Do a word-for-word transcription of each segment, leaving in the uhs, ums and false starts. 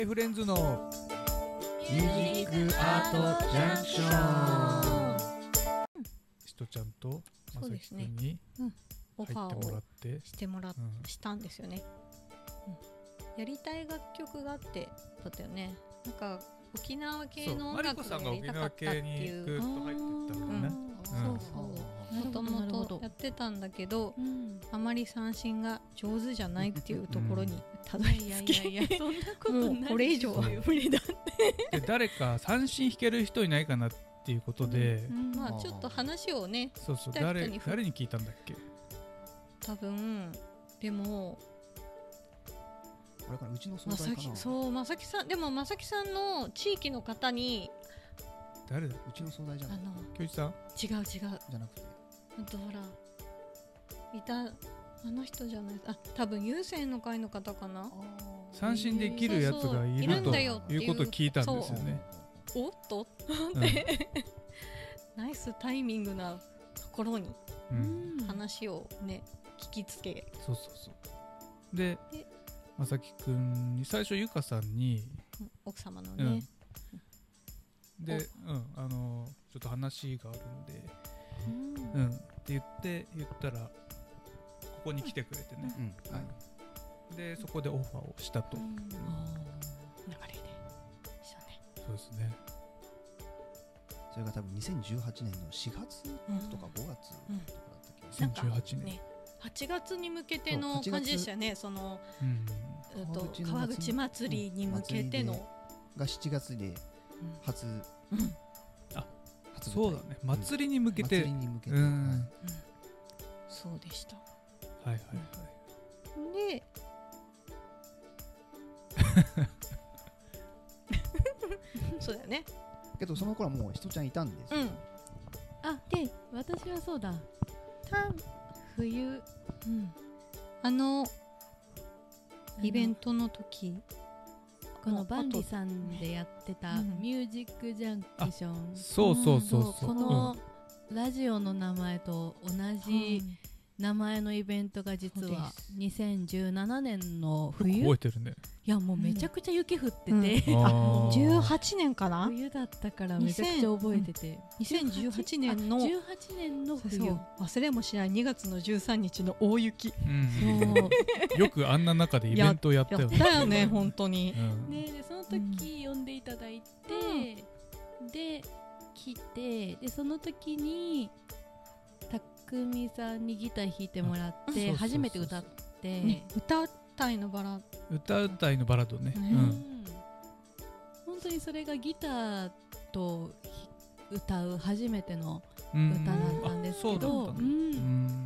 フレンズのミュージックアートジャンクション。 しとちゃんとまさきくんにね、うん、オ入ファってもらーをってしてもらっ、 うんしたんですよね、うん、やりたい楽曲があってだったよね。なんか沖縄系の音楽がやりたかったっていう、 グーッと入っていったんだよね、 そうそうもともとやってたんだけど、うん、あまり三振が上手じゃないっていうところにたどり着き、 いやいやいやそんなことない、 もうこれ以上は無理だってで誰か三振弾ける人いないかなっていうことで、 うんうん、まあちょっと話をね、 そうそう、誰誰に聞いたんだっけ。 多分でもあれかな、うちの総代かな。 そうまさきさん、でもまさきさんの地域の方に、 誰だ、 うちの総代じゃない、 京一さん、 違う違うじゃなくて、 あとほらいたあの人じゃない、あ、多分有線の会の方かな。 三振できるやつがいるということを聞いたんですよね。 おっとって、うん、ナイスタイミングなところに話をね、聞きつけ、 そうそうそうでまさきくんに最初ゆかさんに、 うん、奥様のね、 うん、で、うん、あのちょっと話があるんで、うん、うん、って言って言ったらここに来てくれてね、うんうん、はい、でそこでオファーをしたと、うん、流れでしたね。 そうですね。 それが多分にせんじゅうはちねんのしがつとかごがつとかだった気がする、 にせんじゅうはちねん、 ね、はちがつに向けての感じでしたよね。その、うん、と川口祭りに向けての、 うん、がしちがつで初、うんうん、 あ、初そうだね、祭りに向けて、 祭りに向けて、 うん、はい、そうでした。 はいはいはい、 でそうだよね。 けどその頃はもうひとちゃんいたんですよ、うん、 あ、で私はそうだ、た冬、うん、 あのイベントの時、 このバンリさんでやってたミュージックジャンクション、うん、 そうそうそうそう、 このラジオの名前と同じ名前のイベントが実はにせんじゅうななねんの冬、 覚えてるね。 いやもうめちゃくちゃ雪降ってて、うんうん、あじゅうはちねんかな、 冬だったからめちゃくちゃ覚えてて、 にせんじゅうはちねんのじゅうはちねんの冬、 そうそう、忘れもしないにがつのじゅうさんにちの大雪、 うん、そうよくあんな中でイベントやったよね。 やったよね本当に、 うん、ね、でその時呼んでいただいて、うん、で来て、でその時にたくみさんにギター弾いてもらって初めて歌って、 ね、歌ったいのバラ歌うたいのバラードね、ね、うん、 本当にそれがギターと歌う初めての歌だったんですけど、うん、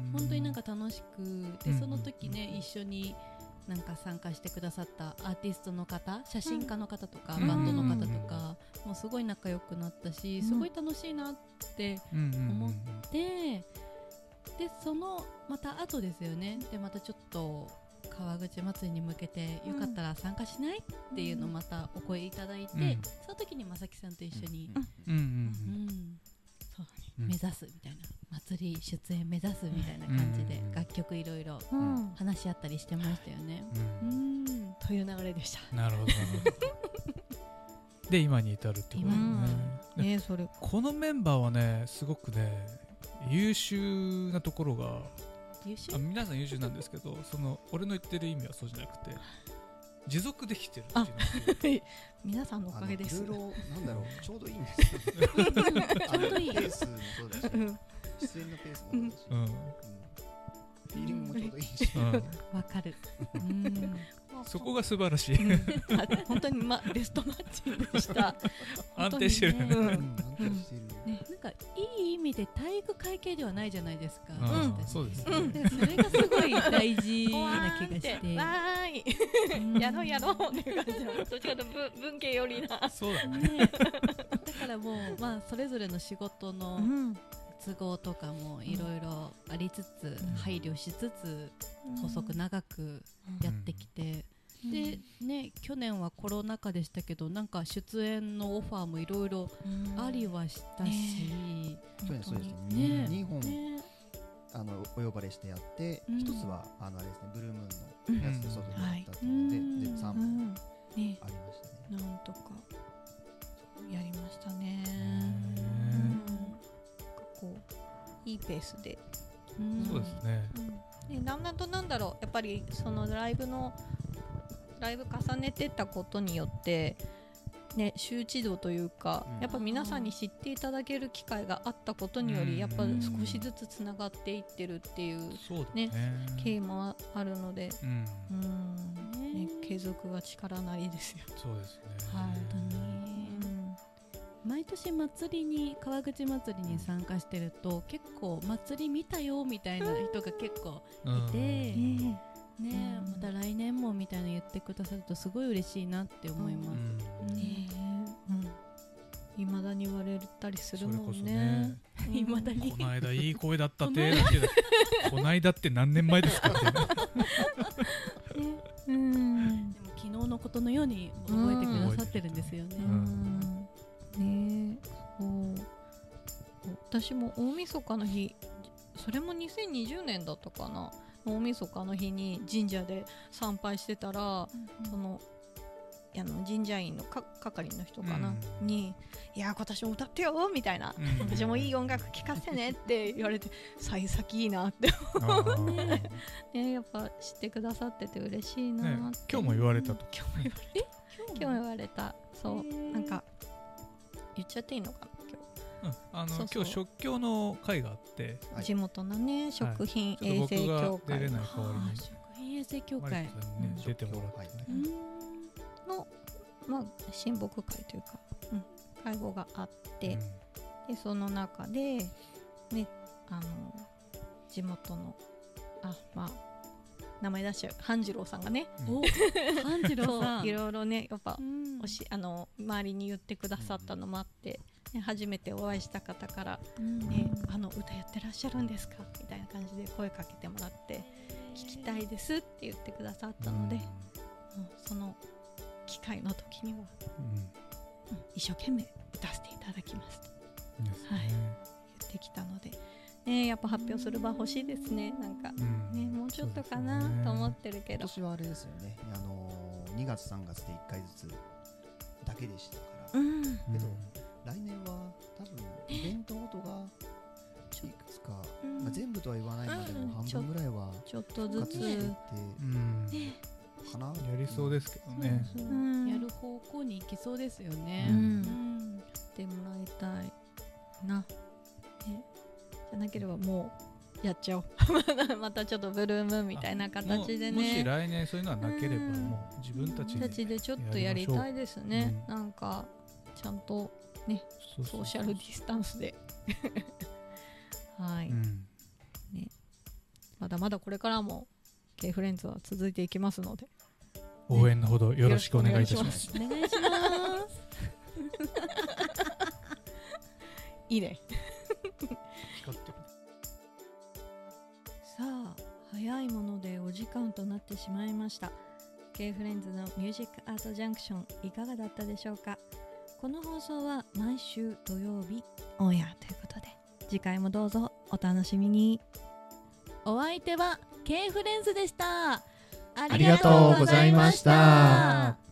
本当になんか楽しくで、その時ね、うん、一緒になんか参加してくださったアーティストの方、写真家の方とか、うん、バンドの方とか、うん、もうすごい仲良くなったし、すごい楽しいなって思って、でそのまた後ですよね。でまたちょっと川口祭りに向けてよかったら参加しない、うん、っていうのをまたお声いただいて、うん、その時にまさきさんと一緒に、うんうんうん、そうだね、うん、目指すみたいな、祭り出演目指すみたいな感じで、うん、楽曲いろいろ話し合ったりしてましたよね、 うんうん、という流れでした。 なるほどなるほどで今に至るってことね、 うんね、それこのメンバーはねすごくね優秀なところが、 優秀？ あ、皆さん優秀なんですけど、その俺の言ってる意味はそうじゃなくて持続できてるっていうの皆さんのおかげです。 いろいろなんだろう、ちょうどいいんですよちょうどいいペースもそうだし、出演のペースもそうだし、うんうん、フィーリングもちょうどいいし、わ、 うん、かるうんそこが素晴らしい、うん、 本当に、ま、ベストマッチングした安定してるね、 うん、安定してる、 ね、なんかいい意味で体育会系ではないじゃないですか、 うん、そうですね、 うん、それがすごい大事な気がしてわーい、うん、やろうやろうっていう感じの、どっちかというと文系寄りな、 そうだね、 ね、だからもう、まあ、それぞれの仕事の都合とかもいろいろありつつ、うん、配慮しつつ、うん、細く長くやってきて、うん、でね、去年はコロナ禍でしたけど、なんか出演のオファーもいろいろありはしたし、 ね、去年そうですね、ね、にほん、ね、あのお呼ばれしてやって、うん、一つはあのあれですね、ブルームーンのやつで外でやったっていうので、うん、でさんぼんねありましたね。 なんとかやりましたね。 うん、 なんかこういいペースで、 うん、そうですね。 うん、でだんだんとなんだろうやっぱりそのライブのライブ重ねてったことによってね、周知度というか、うん、やっぱ皆さんに知っていただける機会があったことにより、うん、やっぱ少しずつつながっていってるっていう、ね、経緯もあるので、うんうんね、継続は力なりですよ。 そうですね、 はい、 うん、毎年祭りに川口祭りに参加してると結構祭り見たよみたいな人が結構いて、うんね、また来年もみたいな言ってくださるとすごい嬉しいなって思います。 うんねうん、未だに言われたりするもんね。 未だにこの間いい声だったってだけどこの間って何年前ですかって、ねうん、でも昨日のことのように覚えてくださってるんですよね。 うんうん、ねそう私も大晦日の日それもにせんにじゅうねんだったかな大晦日の日に神社で参拝してたら、うん、そのあの神社員のか係の人かな、うん、にいや今年も歌ってよみたいな、うん、私もいい音楽聴かせねって言われて幸先いいなって思ってね、やっぱ知ってくださってて嬉しいなって、ね、 今日も言われたと、 今日も言われた今日も言われたそうなんか言っちゃっていいのかなうん、あのそうそう今日食協の会があって、 はい、地元のね食品衛生協会、 はい、出れない代わりに食品衛生協会、ねうん、出てもらって、ね、 うんの、まあ、親睦会というか、うん、会合があって、うん、でその中で、ね、あの地元のあ、まあ、名前出しちゃう半次郎さんがね、 うん、半次郎さんいろいろねやっぱ、うん、おしあの周りに言ってくださったのもあって、ね、初めてお会いした方から、うんね、あの歌やってらっしゃるんですかみたいな感じで声かけてもらって聞きたいですって言ってくださったので、うん、もうその機会の時には、うんうん、一生懸命歌わせていただきますと、ねはい、言ってきたので、ね、やっぱ発表する場欲しいですねなんか、うんね、もうちょっとかなと思ってるけど、 今年はあれですよね、あのー、にがつさんがつでいっかいずつだけでしたから、うん、けど来年は多分イベントごとがいくつか、うんまあ、全部とは言わないまでも半分ぐらいはちょっとずつしていって、うんね、かなやりそうですけどね、 うん、やる方向に行きそうですよね、 うんうん、やってもらいたいな、ね、じゃなければもうやっちゃおうまたちょっとブルームみたいな形でね、 も, もし来年そういうのはなければもう自分たち で, たちでちょっとやりたいですね、うん、なんかちゃんとね、そうそうそうソーシャルディスタンスではい、うんね、まだまだこれからも K フレンズは続いていきますので、ね、 応援のほどよろしくお願いいたします。 お願いしますいいね光ってるさあ早いものでお時間となってしまいました。 K フレンズのミュージックアートジャンクションいかがだったでしょうか。この放送は毎週土曜日オンエアということで次回もどうぞお楽しみに。 お相手は K フレンズでした。 ありがとうございました。